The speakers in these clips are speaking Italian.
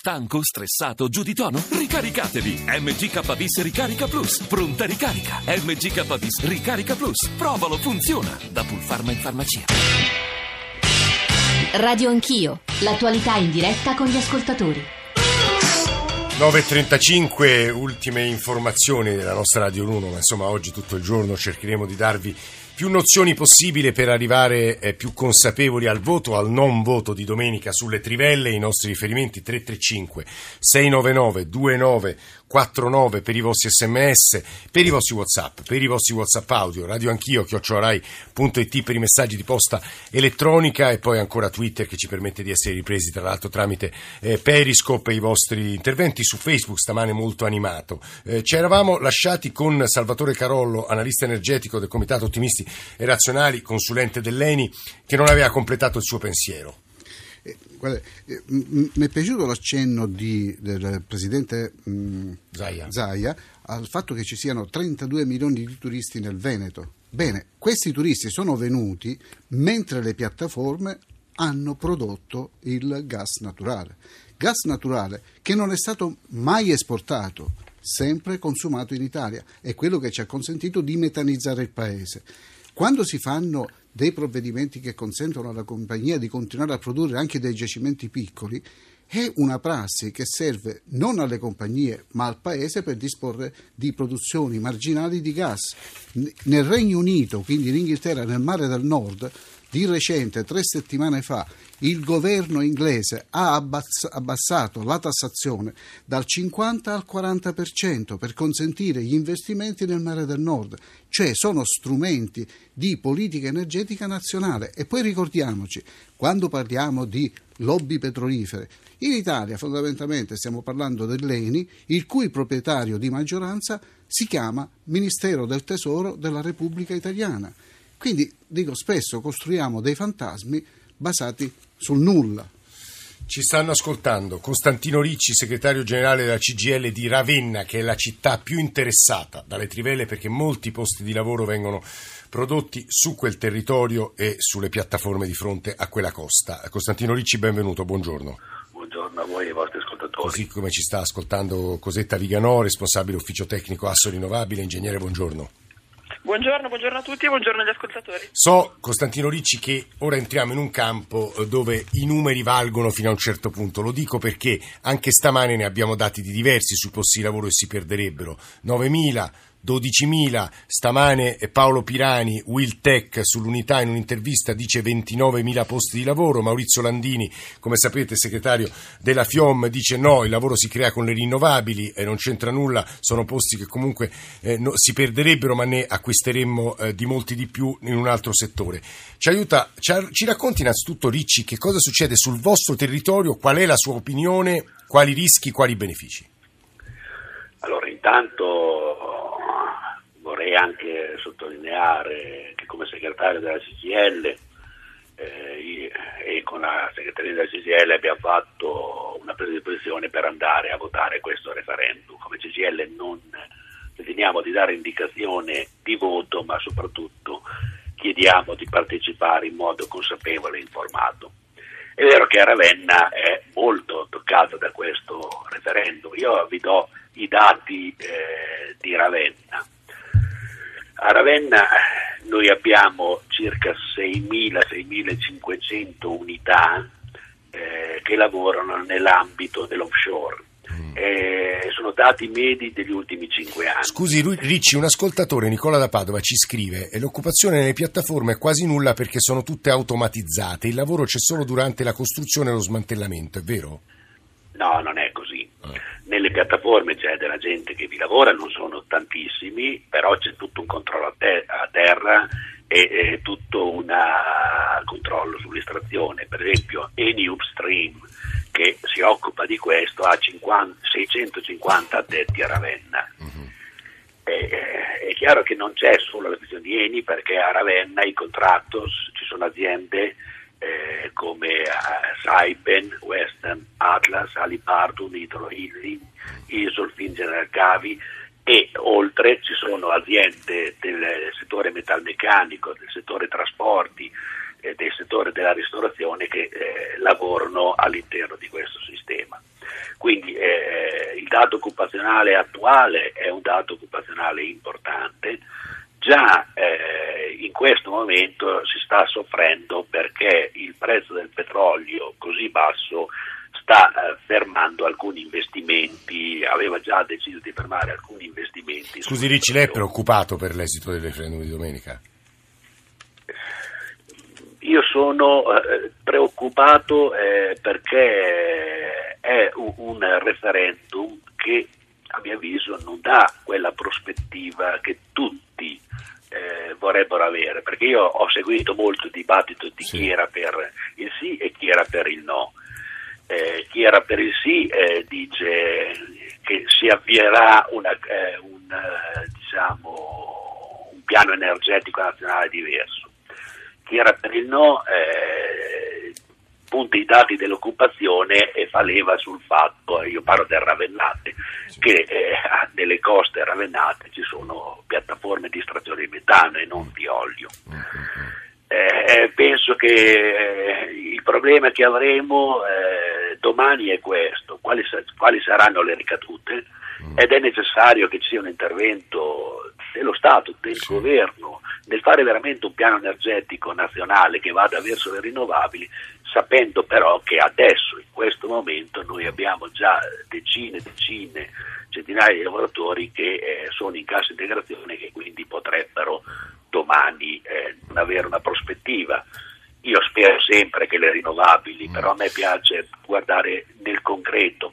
Stanco, stressato, giù di tono? Ricaricatevi! MGK Bis Ricarica Plus. Pronta ricarica. MGK Bis Ricarica Plus. Provalo, funziona. Da Pulpharma in farmacia. Radio Anch'io. L'attualità in diretta con gli ascoltatori. 9.35, ultime informazioni della nostra Radio 1, ma insomma oggi tutto il giorno cercheremo di darvi più nozioni possibile per arrivare più consapevoli al voto, al non voto di domenica sulle trivelle. I nostri riferimenti 335 699 2949 per i vostri sms, per i vostri WhatsApp, per i vostri WhatsApp audio, Radio Anch'io @rai.it per i messaggi di posta elettronica, e poi ancora Twitter, che ci permette di essere ripresi tra l'altro tramite Periscope, e i vostri interventi su Facebook stamane molto animato. Ci eravamo lasciati con Salvatore Carollo, analista energetico del Comitato Ottimisti e Razionali, consulente dell'ENI, che non aveva completato il suo pensiero. Guarda, mi è piaciuto l'accenno del presidente Zaia al fatto che ci siano 32 milioni di turisti nel Veneto. Bene, questi turisti sono venuti mentre le piattaforme hanno prodotto il gas naturale che non è stato mai esportato, sempre consumato in Italia, è quello che ci ha consentito di metanizzare il paese. Quando si fanno dei provvedimenti che consentono alla compagnia di continuare a produrre anche dei giacimenti piccoli, è una prassi che serve non alle compagnie ma al paese per disporre di produzioni marginali di gas. Nel Regno Unito, quindi in Inghilterra, nel Mare del Nord, di recente, 3 settimane fa, il governo inglese ha abbassato la tassazione dal 50 al 40% per consentire gli investimenti nel Mare del Nord, cioè sono strumenti di politica energetica nazionale. E poi ricordiamoci, quando parliamo di lobby petrolifere, in Italia fondamentalmente stiamo parlando dell'ENI, il cui proprietario di maggioranza si chiama Ministero del Tesoro della Repubblica Italiana. Quindi, dico, spesso costruiamo dei fantasmi basati sul nulla. Ci stanno ascoltando Costantino Ricci, segretario generale della CGIL di Ravenna, che è la città più interessata dalle trivelle perché molti posti di lavoro vengono prodotti su quel territorio e sulle piattaforme di fronte a quella costa. Costantino Ricci, benvenuto, buongiorno. Buongiorno a voi e ai vostri ascoltatori. Così come ci sta ascoltando Cosetta Viganò, responsabile ufficio tecnico Asso Rinnovabile. Ingegnere, buongiorno. Buongiorno a tutti e buongiorno agli ascoltatori. So, Costantino Ricci, che ora entriamo in un campo dove i numeri valgono fino a un certo punto. Lo dico perché anche stamane ne abbiamo dati di diversi sui posti di lavoro che si perderebbero. 9.000, 12.000, stamane Paolo Pirani, Will Tech, sull'Unità in un'intervista dice 29.000 posti di lavoro. Maurizio Landini, come sapete, segretario della FIOM, dice no, il lavoro si crea con le rinnovabili e non c'entra nulla, sono posti che comunque si perderebbero, ma ne acquisteremmo di molti di più in un altro settore. Ci racconti innanzitutto, Ricci, che cosa succede sul vostro territorio, qual è la sua opinione, quali rischi, quali benefici? Allora, intanto vorrei anche sottolineare che come segretario della CGIL e con la segreteria della CGIL abbiamo fatto una presa di posizione per andare a votare questo referendum. Come CGIL non riteniamo di dare indicazione di voto, ma soprattutto chiediamo di partecipare in modo consapevole e informato. È vero che Ravenna è molto toccata da questo referendum. Io vi do i dati di Ravenna. A Ravenna noi abbiamo circa 6.000-6.500 unità che lavorano nell'ambito dell'offshore. Sono dati medi degli ultimi 5 anni. Scusi Ricci, un ascoltatore, Nicola da Padova, ci scrive: l'occupazione nelle piattaforme è quasi nulla perché sono tutte automatizzate, il lavoro c'è solo durante la costruzione e lo smantellamento, è vero? No, non è così. Nelle piattaforme c'è della gente che vi lavora, non sono tantissimi, però c'è tutto un controllo a terra e tutto un controllo sull'estrazione. Per esempio Eni Upstream, che si occupa di questo, ha 650 addetti a Ravenna. È chiaro che non c'è solo la questione di Eni, perché a Ravenna i contractors, ci sono aziende come Saipem, Western, Atlas, Halliburton, Italo Hilling, Isolfin, General Cavi, e oltre ci sono aziende del settore metalmeccanico, del settore trasporti, del settore della ristorazione che lavorano all'interno di questo sistema. Quindi il dato occupazionale attuale è un dato occupazionale importante. Già in questo momento si sta soffrendo perché il prezzo del petrolio così basso sta fermando alcuni investimenti, aveva già deciso di fermare alcuni investimenti. Scusi Ricci, lei è preoccupato per l'esito del referendum di domenica? Io sono preoccupato perché è un referendum che a mio avviso non dà quella prospettiva che tutti vorrebbero avere, perché io ho seguito molto il dibattito di chi era per il sì e chi era per il no. Chi era per il sì dice che si avvierà un piano energetico nazionale diverso. Chi era per il no punta i dati dell'occupazione e fa leva sul fatto, io parlo del Ravennate, che nelle coste ravennate ci sono piattaforme di estrazione di metano e non di olio. Penso che il problema che avremo domani è questo: quali saranno le ricadute, ed è necessario che ci sia un intervento dello Stato, del governo, nel fare veramente un piano energetico nazionale che vada verso le rinnovabili, sapendo però che adesso, in questo momento, noi abbiamo già centinaia di lavoratori che sono in cassa integrazione e che quindi potrebbero domani non avere una prospettiva. Io spero sempre che le rinnovabili, però a me piace guardare nel concreto.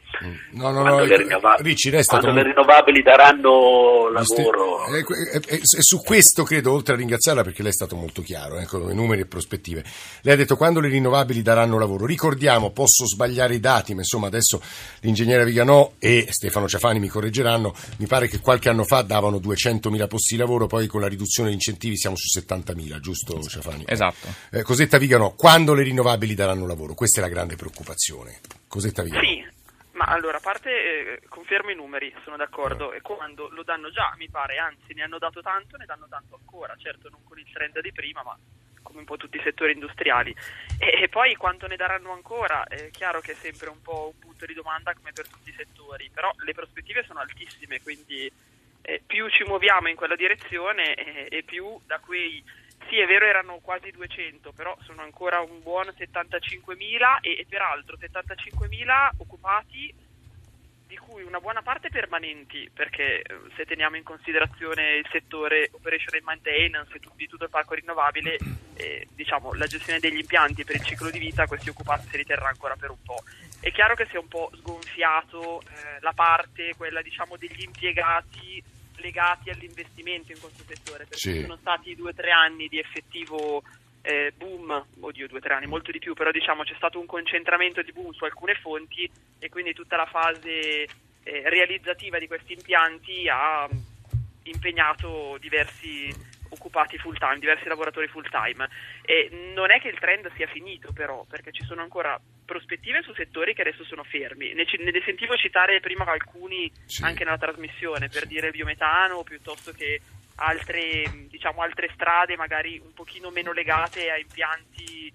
Ricci, resta quando le rinnovabili daranno lavoro. E su questo credo, oltre a ringraziarla perché lei è stato molto chiaro con i numeri e prospettive, lei ha detto quando le rinnovabili daranno lavoro. Ricordiamo, posso sbagliare i dati, ma insomma adesso l'ingegnere Viganò e Stefano Ciafani mi correggeranno, mi pare che qualche anno fa davano 200.000 posti di lavoro, poi con la riduzione degli incentivi siamo su 70.000, giusto Ciafani? Esatto. Cosetta Viganò, quando le rinnovabili daranno lavoro? Questa è la grande preoccupazione. Cosetta Viganò. Sì, ma allora, a parte confermo i numeri, sono d'accordo, e quando lo danno già, mi pare, anzi ne hanno dato tanto, ne danno tanto ancora, certo non con il trend di prima, ma come un po' tutti i settori industriali. E poi quanto ne daranno ancora? È chiaro che è sempre un po' un punto di domanda come per tutti i settori, però le prospettive sono altissime, quindi più ci muoviamo in quella direzione e più da quei... Sì, è vero, erano quasi 200, però sono ancora un buon 75.000 e peraltro 75.000 occupati, di cui una buona parte permanenti, perché se teniamo in considerazione il settore operation and maintenance di tutto il parco rinnovabile, diciamo la gestione degli impianti per il ciclo di vita, questi occupati si riterrà ancora per un po'. È chiaro che si è un po' sgonfiato la parte, quella diciamo degli impiegati legati all'investimento in questo settore, perché sono stati 2 o 3 anni di effettivo boom, 2 o 3 anni, molto di più, però diciamo c'è stato un concentramento di boom su alcune fonti e quindi tutta la fase realizzativa di questi impianti ha impegnato diversi occupati full time, diversi lavoratori full time, e non è che il trend sia finito però, perché ci sono ancora prospettive su settori che adesso sono fermi. Ne sentivo citare prima alcuni anche nella trasmissione, per dire il biometano piuttosto che altre strade magari un pochino meno legate a impianti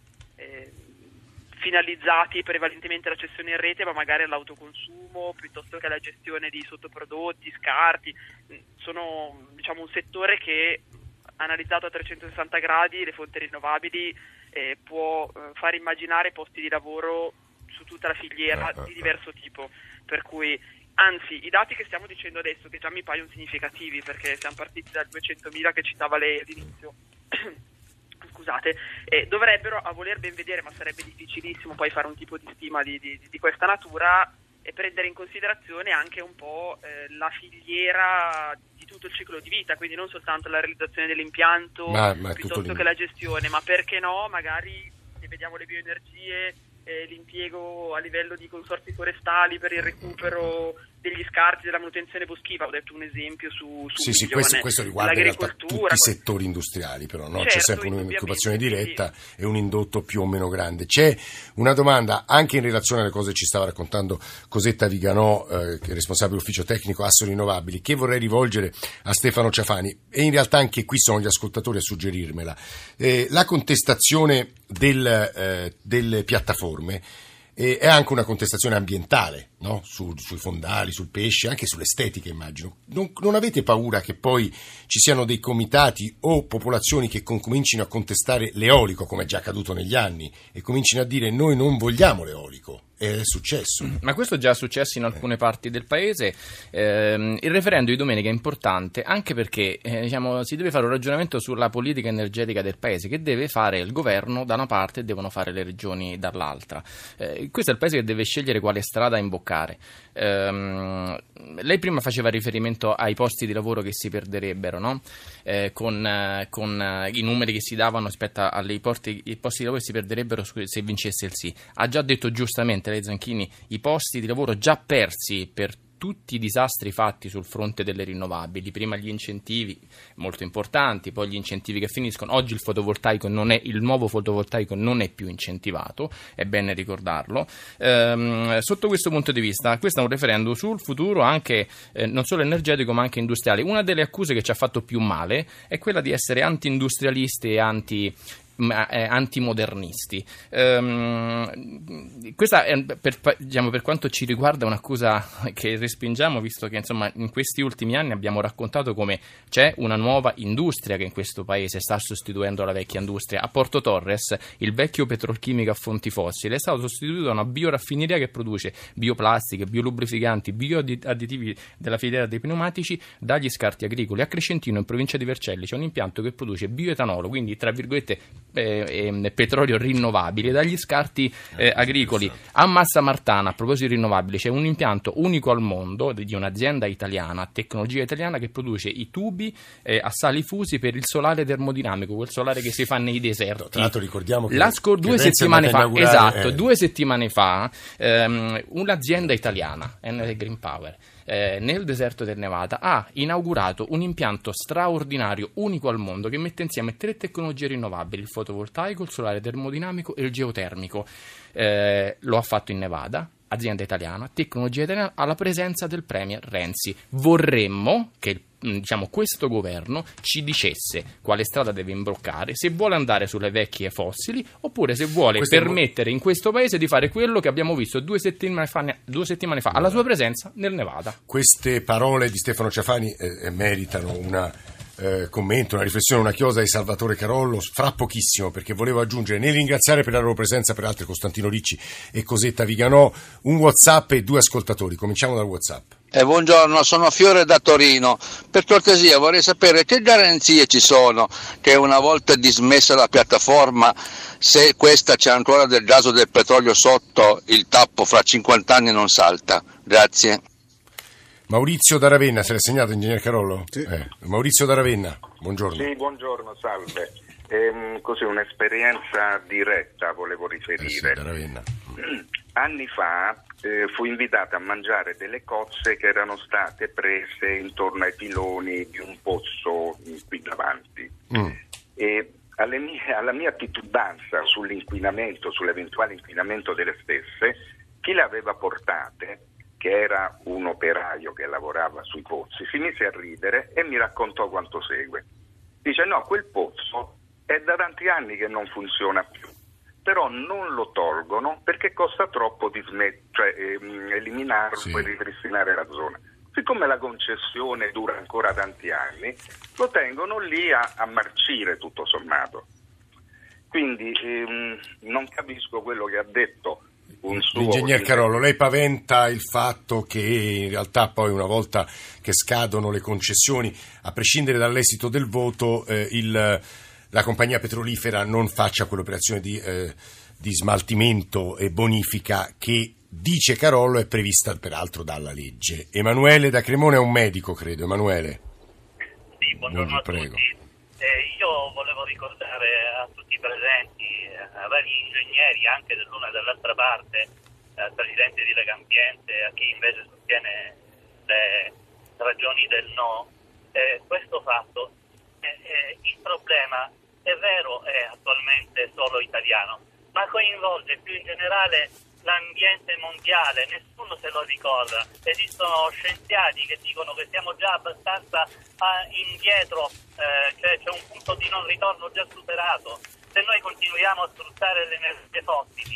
finalizzati prevalentemente alla cessione in rete, ma magari all'autoconsumo piuttosto che alla gestione di sottoprodotti, scarti. Sono diciamo un settore che, analizzato a 360 gradi, le fonti rinnovabili può far immaginare posti di lavoro su tutta la filiera di diverso tipo, per cui anzi i dati che stiamo dicendo adesso, che già mi paiono significativi perché siamo partiti dal 200.000 che citava lei all'inizio scusate, dovrebbero, a voler ben vedere, ma sarebbe difficilissimo poi fare un tipo di stima di questa natura, e prendere in considerazione anche un po' la filiera di tutto il ciclo di vita, quindi non soltanto la realizzazione dell'impianto piuttosto che la gestione, ma perché no, magari se vediamo le bioenergie, l'impiego a livello di consorzi forestali per il recupero degli scarti della manutenzione boschiva, ho detto un esempio su sì, questo riguarda in realtà tutti i settori industriali, però no? Certo, c'è sempre un'occupazione diretta e un indotto più o meno grande. C'è una domanda anche in relazione alle cose che ci stava raccontando Cosetta Viganò, che è responsabile ufficio tecnico Asso Rinnovabili, che vorrei rivolgere a Stefano Ciafani, e in realtà anche qui sono gli ascoltatori a suggerirmela. La contestazione delle piattaforme è anche una contestazione ambientale, no? Sui fondali, sul pesce, anche sull'estetica immagino. Non avete paura che poi ci siano dei comitati o popolazioni che comincino a contestare l'eolico, come è già accaduto negli anni, e comincino a dire noi non vogliamo l'eolico? È successo. Ma questo è già successo in alcune parti del paese. Il referendum di domenica è importante anche perché si deve fare un ragionamento sulla politica energetica del paese, che deve fare il governo da una parte e devono fare le regioni dall'altra. Questo è il paese che deve scegliere quale strada imboccare. Lei prima faceva riferimento ai posti di lavoro che si perderebbero, no? Con i numeri che si davano rispetto ai posti di lavoro che si perderebbero se vincesse il sì. Ha già detto giustamente lei, Zanchini, i posti di lavoro già persi per tutti i disastri fatti sul fronte delle rinnovabili, prima gli incentivi molto importanti, poi gli incentivi che finiscono. Oggi il nuovo fotovoltaico non è più incentivato, è bene ricordarlo. Sotto questo punto di vista, questo è un referendum sul futuro anche non solo energetico ma anche industriale. Una delle accuse che ci ha fatto più male è quella di essere anti-industrialisti e antimodernisti. Questa è per quanto ci riguarda un'accusa che respingiamo, visto che insomma in questi ultimi anni abbiamo raccontato come c'è una nuova industria che in questo paese sta sostituendo la vecchia industria. A Porto Torres il vecchio petrolchimico a fonti fossili è stato sostituito da una bioraffineria che produce bioplastiche, biolubrificanti, bioadditivi della filiera dei pneumatici dagli scarti agricoli. A Crescentino, in provincia di Vercelli, c'è un impianto che produce bioetanolo, quindi tra virgolette petrolio rinnovabile dagli scarti agricoli. A Massa Martana, a proposito di rinnovabili, c'è un impianto unico al mondo di un'azienda italiana, tecnologia italiana, che produce i tubi a sali fusi per il solare termodinamico, quel solare che si fa nei deserti. Tra l'altro ricordiamo che 2 settimane fa, esatto, 2 settimane fa un'azienda italiana, Enel Green Power, nel deserto del Nevada ha inaugurato un impianto straordinario, unico al mondo, che mette insieme 3 tecnologie rinnovabili: il fotovoltaico, il solare termodinamico e il geotermico. Lo ha fatto in Nevada, azienda italiana, tecnologia italiana, alla presenza del premier Renzi. Vorremmo che questo governo ci dicesse quale strada deve imbroccare, se vuole andare sulle vecchie fossili oppure se vuole permettere in questo paese di fare quello che abbiamo visto 2 settimane fa alla sua presenza nel Nevada. Queste parole di Stefano Ciafani meritano un commento, una riflessione, una chiosa di Salvatore Carollo fra pochissimo, perché volevo aggiungere, nel ringraziare per la loro presenza peraltro Costantino Ricci e Cosetta Viganò, un WhatsApp e 2 ascoltatori. Cominciamo dal WhatsApp. Buongiorno, sono Fiore da Torino. Per cortesia vorrei sapere che garanzie ci sono che una volta dismessa la piattaforma, se questa c'è ancora del gas o del petrolio sotto il tappo, fra 50 anni non salta. Grazie. Maurizio da Ravenna, se l'è segnato, ingegner Carollo? Sì. Maurizio da Ravenna, buongiorno. Sì, buongiorno, salve. Così un'esperienza diretta volevo riferire. Sì, da Ravenna. Anni fa fu invitata a mangiare delle cozze che erano state prese intorno ai piloni di un pozzo qui davanti. E alla mia titubanza sull'inquinamento, sull'eventuale inquinamento delle stesse, chi le aveva portate, che era un operaio che lavorava sui pozzi, si mise a ridere e mi raccontò quanto segue. Dice: no, quel pozzo è da tanti anni che non funziona più, però non lo tolgono perché costa troppo eliminarlo, sì, e ripristinare la zona. Siccome la concessione dura ancora tanti anni, lo tengono lì a marcire tutto sommato. Quindi non capisco quello che ha detto l'ingegner Carollo. Lei paventa il fatto che in realtà poi, una volta che scadono le concessioni, a prescindere dall'esito del voto, la compagnia petrolifera non faccia quell'operazione di smaltimento e bonifica che, dice Carollo, è prevista peraltro dalla legge. Emanuele da Cremona è un medico, credo. Emanuele. Sì, buongiorno a tutti. Io volevo ricordare a tutti i presenti, a vari ingegneri anche dell'una e dell'altra parte, al presidente di Legambiente, a chi invece sostiene le ragioni del no, questo fatto. Il problema, è vero, è attualmente solo italiano, ma coinvolge più in generale l'ambiente mondiale. Nessuno se lo ricorda. Esistono scienziati che dicono che siamo già abbastanza indietro, cioè c'è un punto di non ritorno già superato. Se noi continuiamo a sfruttare le energie fossili,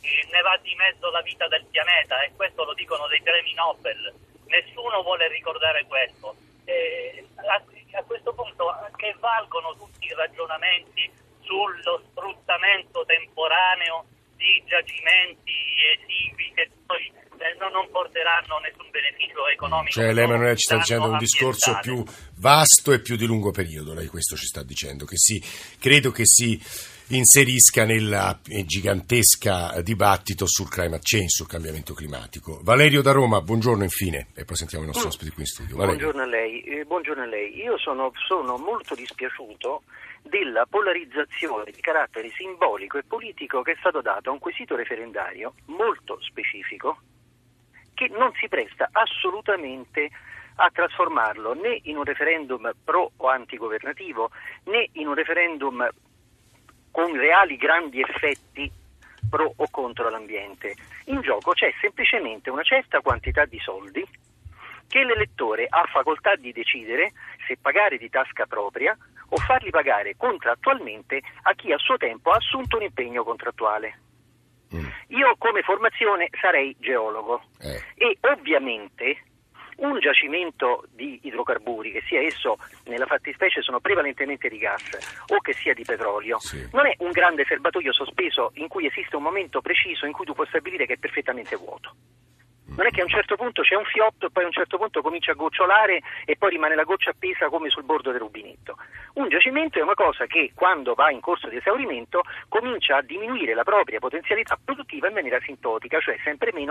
ne va di mezzo la vita del pianeta, e questo lo dicono dei premi Nobel. Nessuno vuole ricordare questo. A questo punto che valgono tutti i ragionamenti sullo sfruttamento temporaneo di giacimenti esigui che poi non porteranno nessun beneficio economico. Cioè lei, Emanuele, ci sta dicendo un discorso più vasto e più di lungo periodo, lei questo ci sta dicendo, che credo che si inserisca nella gigantesca dibattito sul climate change, sul cambiamento climatico. Valerio da Roma, buongiorno infine, e poi sentiamo i nostri ospiti qui in studio. Buongiorno a lei. Io sono molto dispiaciuto della polarizzazione di carattere simbolico e politico che è stato dato a un quesito referendario molto specifico, che non si presta assolutamente a trasformarlo né in un referendum pro o antigovernativo, né in un referendum con reali grandi effetti pro o contro l'ambiente. In gioco c'è semplicemente una certa quantità di soldi che l'elettore ha facoltà di decidere se pagare di tasca propria o farli pagare contrattualmente a chi a suo tempo ha assunto un impegno contrattuale. Io come formazione sarei geologo e ovviamente un giacimento di idrocarburi, che sia esso nella fattispecie sono prevalentemente di gas o che sia di petrolio, non è un grande serbatoio sospeso in cui esiste un momento preciso in cui tu puoi stabilire che è perfettamente vuoto. Non è che a un certo punto c'è un fiotto e poi a un certo punto comincia a gocciolare e poi rimane la goccia appesa come sul bordo del rubinetto. Un giacimento è una cosa che quando va in corso di esaurimento comincia a diminuire la propria potenzialità produttiva in maniera asintotica, cioè sempre meno.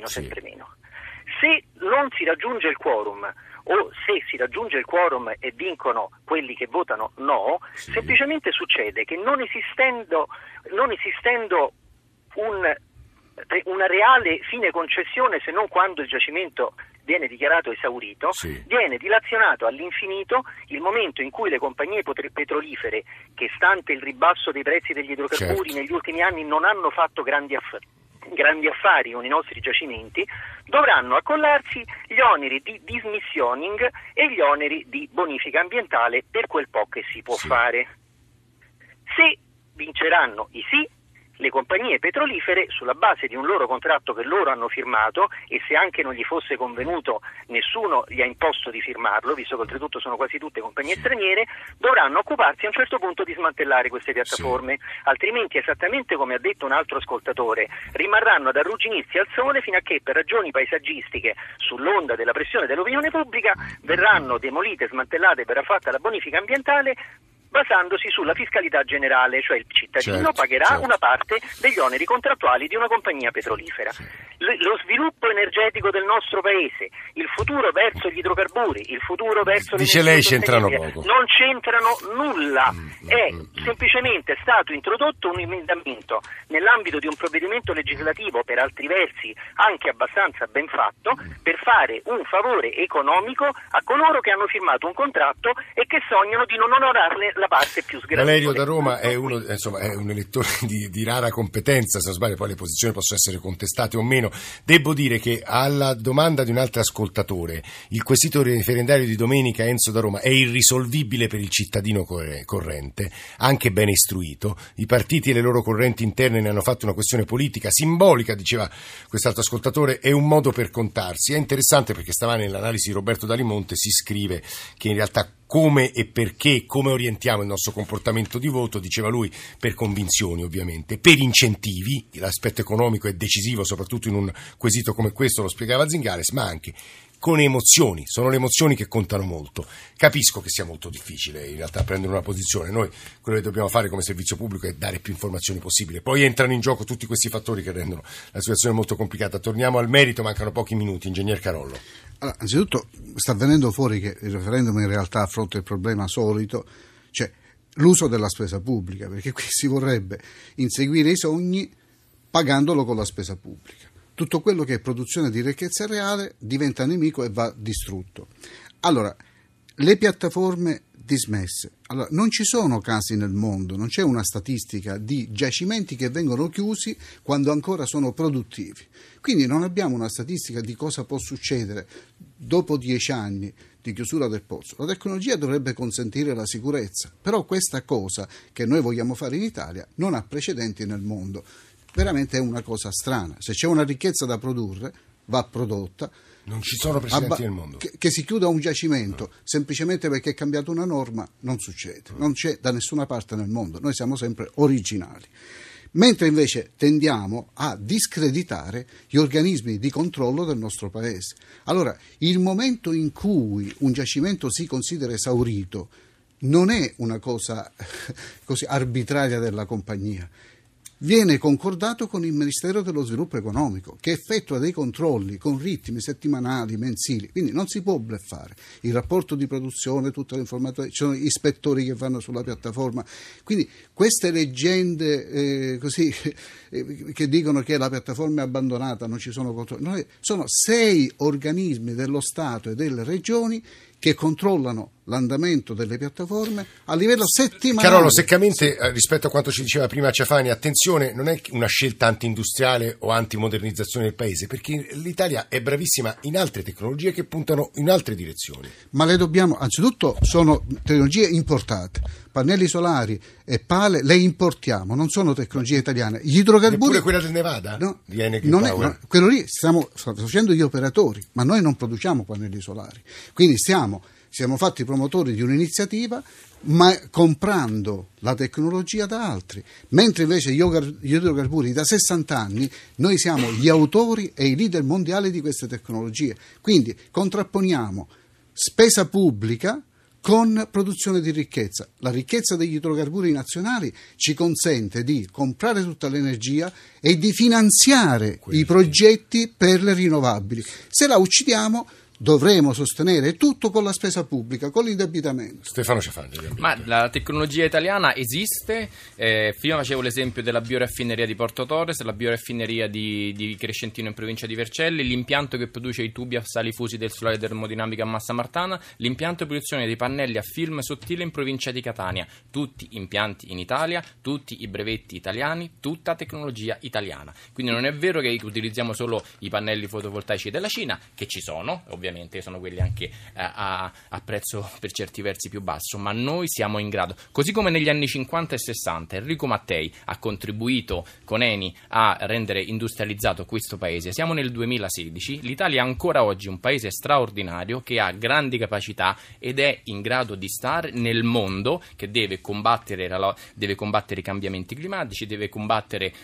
Se non si raggiunge il quorum o se si raggiunge il quorum e vincono quelli che votano no, semplicemente succede che non esistendo una reale fine concessione, se non quando il giacimento viene dichiarato esaurito, viene dilazionato all'infinito il momento in cui le compagnie petrolifere, che stante il ribasso dei prezzi degli idrocarburi negli ultimi anni non hanno fatto grandi affari con i nostri giacimenti, dovranno accollarsi gli oneri di dismissioning e gli oneri di bonifica ambientale per quel po' che si può fare. Se vinceranno i sì, le compagnie petrolifere, sulla base di un loro contratto che loro hanno firmato, e se anche non gli fosse convenuto nessuno gli ha imposto di firmarlo, visto che oltretutto sono quasi tutte compagnie straniere, dovranno occuparsi a un certo punto di smantellare queste piattaforme, altrimenti, esattamente come ha detto un altro ascoltatore, rimarranno ad arrugginirsi al sole fino a che per ragioni paesaggistiche, sull'onda della pressione dell'opinione pubblica, verranno demolite, smantellate, verrà fatta la bonifica ambientale, basandosi sulla fiscalità generale, cioè il cittadino pagherà una parte degli oneri contrattuali di una compagnia petrolifera. Lo sviluppo energetico del nostro paese, il futuro verso gli idrocarburi, il futuro verso le lei c'entrano poco. Non c'entrano nulla, è semplicemente stato introdotto un emendamento nell'ambito di un provvedimento legislativo, per altri versi anche abbastanza ben fatto, per fare un favore economico a coloro che hanno firmato un contratto e che sognano di non onorarne la parte più sgradevole. Valerio da Roma è un elettore di rara competenza, se non sbaglio poi le posizioni possono essere contestate o meno. Devo dire che alla domanda di un altro ascoltatore, il quesito referendario di domenica, Enzo da Roma, è irrisolvibile per il cittadino corrente, anche ben istruito. I partiti e le loro correnti interne ne hanno fatto una questione politica simbolica, diceva quest'altro ascoltatore, è un modo per contarsi. È interessante perché stamane nell'analisi di Roberto Dalimonte si scrive che in realtà come e perché, come orientiamo il nostro comportamento di voto, diceva lui, per convinzioni ovviamente, per incentivi, l'aspetto economico è decisivo soprattutto in un quesito come questo, lo spiegava Zingales, ma anche con emozioni, sono le emozioni che contano molto. Capisco che sia molto difficile in realtà prendere una posizione, noi quello che dobbiamo fare come servizio pubblico è dare più informazioni possibile, poi entrano in gioco tutti questi fattori che rendono la situazione molto complicata. Torniamo al merito, mancano pochi minuti, ingegner Carollo. Allora, anzitutto sta venendo fuori che il referendum in realtà affronta il problema solito, cioè l'uso della spesa pubblica, perché qui si vorrebbe inseguire i sogni pagandolo con la spesa pubblica. Tutto quello che è produzione di ricchezza reale diventa nemico e va distrutto. Allora, le piattaforme dismesse. Allora, non ci sono casi nel mondo, non c'è una statistica di giacimenti che vengono chiusi quando ancora sono produttivi. Quindi non abbiamo una statistica di cosa può succedere dopo 10 anni di chiusura del pozzo. La tecnologia dovrebbe consentire la sicurezza, però questa cosa che noi vogliamo fare in Italia non ha precedenti nel mondo. veramente è una cosa strana. Se c'è una ricchezza da produrre, va prodotta. Non ci sono precedenti nel mondo. Che si chiuda un giacimento semplicemente perché è cambiata una norma non succede, non c'è da nessuna parte nel mondo. Noi siamo sempre originali. Mentre invece tendiamo a discreditare gli organismi di controllo del nostro paese. Allora, il momento in cui un giacimento si considera esaurito non è una cosa così arbitraria della compagnia. Viene concordato con il Ministero dello Sviluppo Economico, che effettua dei controlli con ritmi settimanali, mensili, quindi non si può bluffare. Il rapporto di produzione, tutta l'informazione, ci sono ispettori che vanno sulla piattaforma, quindi queste leggende che dicono che la piattaforma è abbandonata, non ci sono controlli, sono 6 organismi dello Stato e delle regioni che controllano l'andamento delle piattaforme a livello settimanale. Carollo, seccamente rispetto a quanto ci diceva prima Ciafani, attenzione, non è una scelta anti-industriale o anti-modernizzazione del paese, perché l'Italia è bravissima in altre tecnologie che puntano in altre direzioni. Ma le dobbiamo, anzitutto sono tecnologie importate, pannelli solari e pale le importiamo, non sono tecnologie italiane. Gli idrocarburi... Neppure quella del Nevada? No, di Energy non Power? No, quello lì stiamo facendo gli operatori, ma noi non produciamo pannelli solari, quindi siamo fatti promotori di un'iniziativa, ma comprando la tecnologia da altri, mentre invece gli idrocarburi da 60 anni noi siamo gli autori e i leader mondiali di queste tecnologie, quindi contrapponiamo spesa pubblica con produzione di ricchezza. La ricchezza degli idrocarburi nazionali ci consente di comprare tutta l'energia e di finanziare i progetti per le rinnovabili. Se la uccidiamo dovremo sostenere tutto con la spesa pubblica, con l'indebitamento. Stefano Ciafani. Ma la tecnologia italiana esiste, prima facevo l'esempio della bioraffineria di Porto Torres, la bioraffineria di Crescentino in provincia di Vercelli, l'impianto che produce i tubi a sali fusi del solare termodinamica a Massa Martana, l'impianto di produzione dei pannelli a film sottile in provincia di Catania, tutti impianti in Italia, tutti i brevetti italiani, tutta tecnologia italiana. Quindi non è vero che utilizziamo solo i pannelli fotovoltaici della Cina, che ci sono, ovviamente sono quelli anche a prezzo per certi versi più basso, ma noi siamo in grado, così come negli anni 50 e 60 Enrico Mattei ha contribuito con Eni a rendere industrializzato questo paese. Siamo nel 2016, l'Italia è ancora oggi un paese straordinario che ha grandi capacità ed è in grado di stare nel mondo che deve combattere i cambiamenti climatici, deve combattere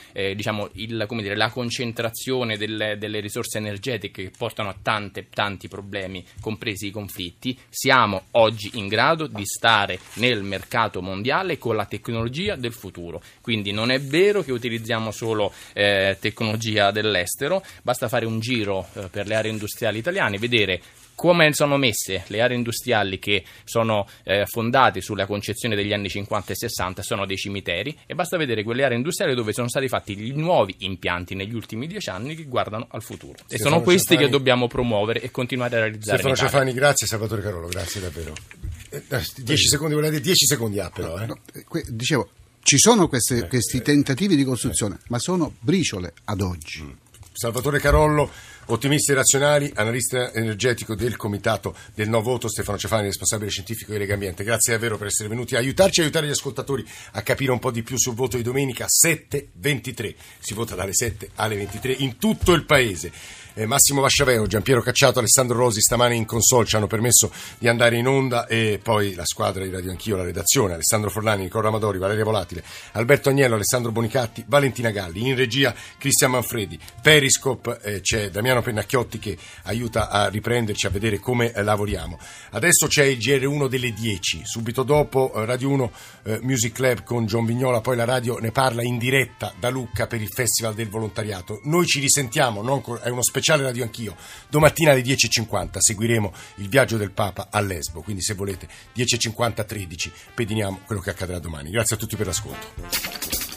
la concentrazione delle risorse energetiche che portano a tanti problemi, compresi i conflitti. Siamo oggi in grado di stare nel mercato mondiale con la tecnologia del futuro. Quindi non è vero che utilizziamo solo tecnologia dell'estero, basta fare un giro per le aree industriali italiane, vedere come sono messe le aree industriali che sono fondate sulla concezione degli anni 50 e 60, sono dei cimiteri, e basta vedere quelle aree industriali dove sono stati fatti gli nuovi impianti negli ultimi 10 anni che guardano al futuro. E sono questi che dobbiamo promuovere e continuare a realizzare. Stefano Ciafani, grazie. Salvatore Carollo, grazie davvero. 10 secondi, volete 10 secondi però. Dicevo, ci sono questi tentativi di costruzione, ma sono briciole ad oggi. Salvatore Carollo, ottimiste razionali, analista energetico del comitato del No Voto, Stefano Ciafani, responsabile scientifico di Legambiente. Grazie davvero per essere venuti a aiutarci, aiutare gli ascoltatori a capire un po' di più sul voto di domenica 7-23. Si vota dalle 7 alle 23 in tutto il paese. Massimo Vasciaveo, Giampiero Cacciato, Alessandro Rosi stamane in console ci hanno permesso di andare in onda, e poi la squadra di Radio Anch'io, la redazione, Alessandro Forlani, Nicola Amadori, Valeria Volatile, Alberto Agnello, Alessandro Bonicatti, Valentina Galli, in regia Cristian Manfredi, Periscope c'è Damiano Pennacchiotti che aiuta a riprenderci, a vedere come lavoriamo. Adesso c'è il GR1 delle 10, subito dopo Radio 1 Music Club con John Vignola, poi la radio ne parla in diretta da Lucca per il Festival del Volontariato. Noi ci risentiamo, è uno speciale Radio Anch'io, domattina alle 10.50 seguiremo il viaggio del Papa a Lesbo, quindi se volete 10.50-13 pediniamo quello che accadrà domani. Grazie a tutti per l'ascolto.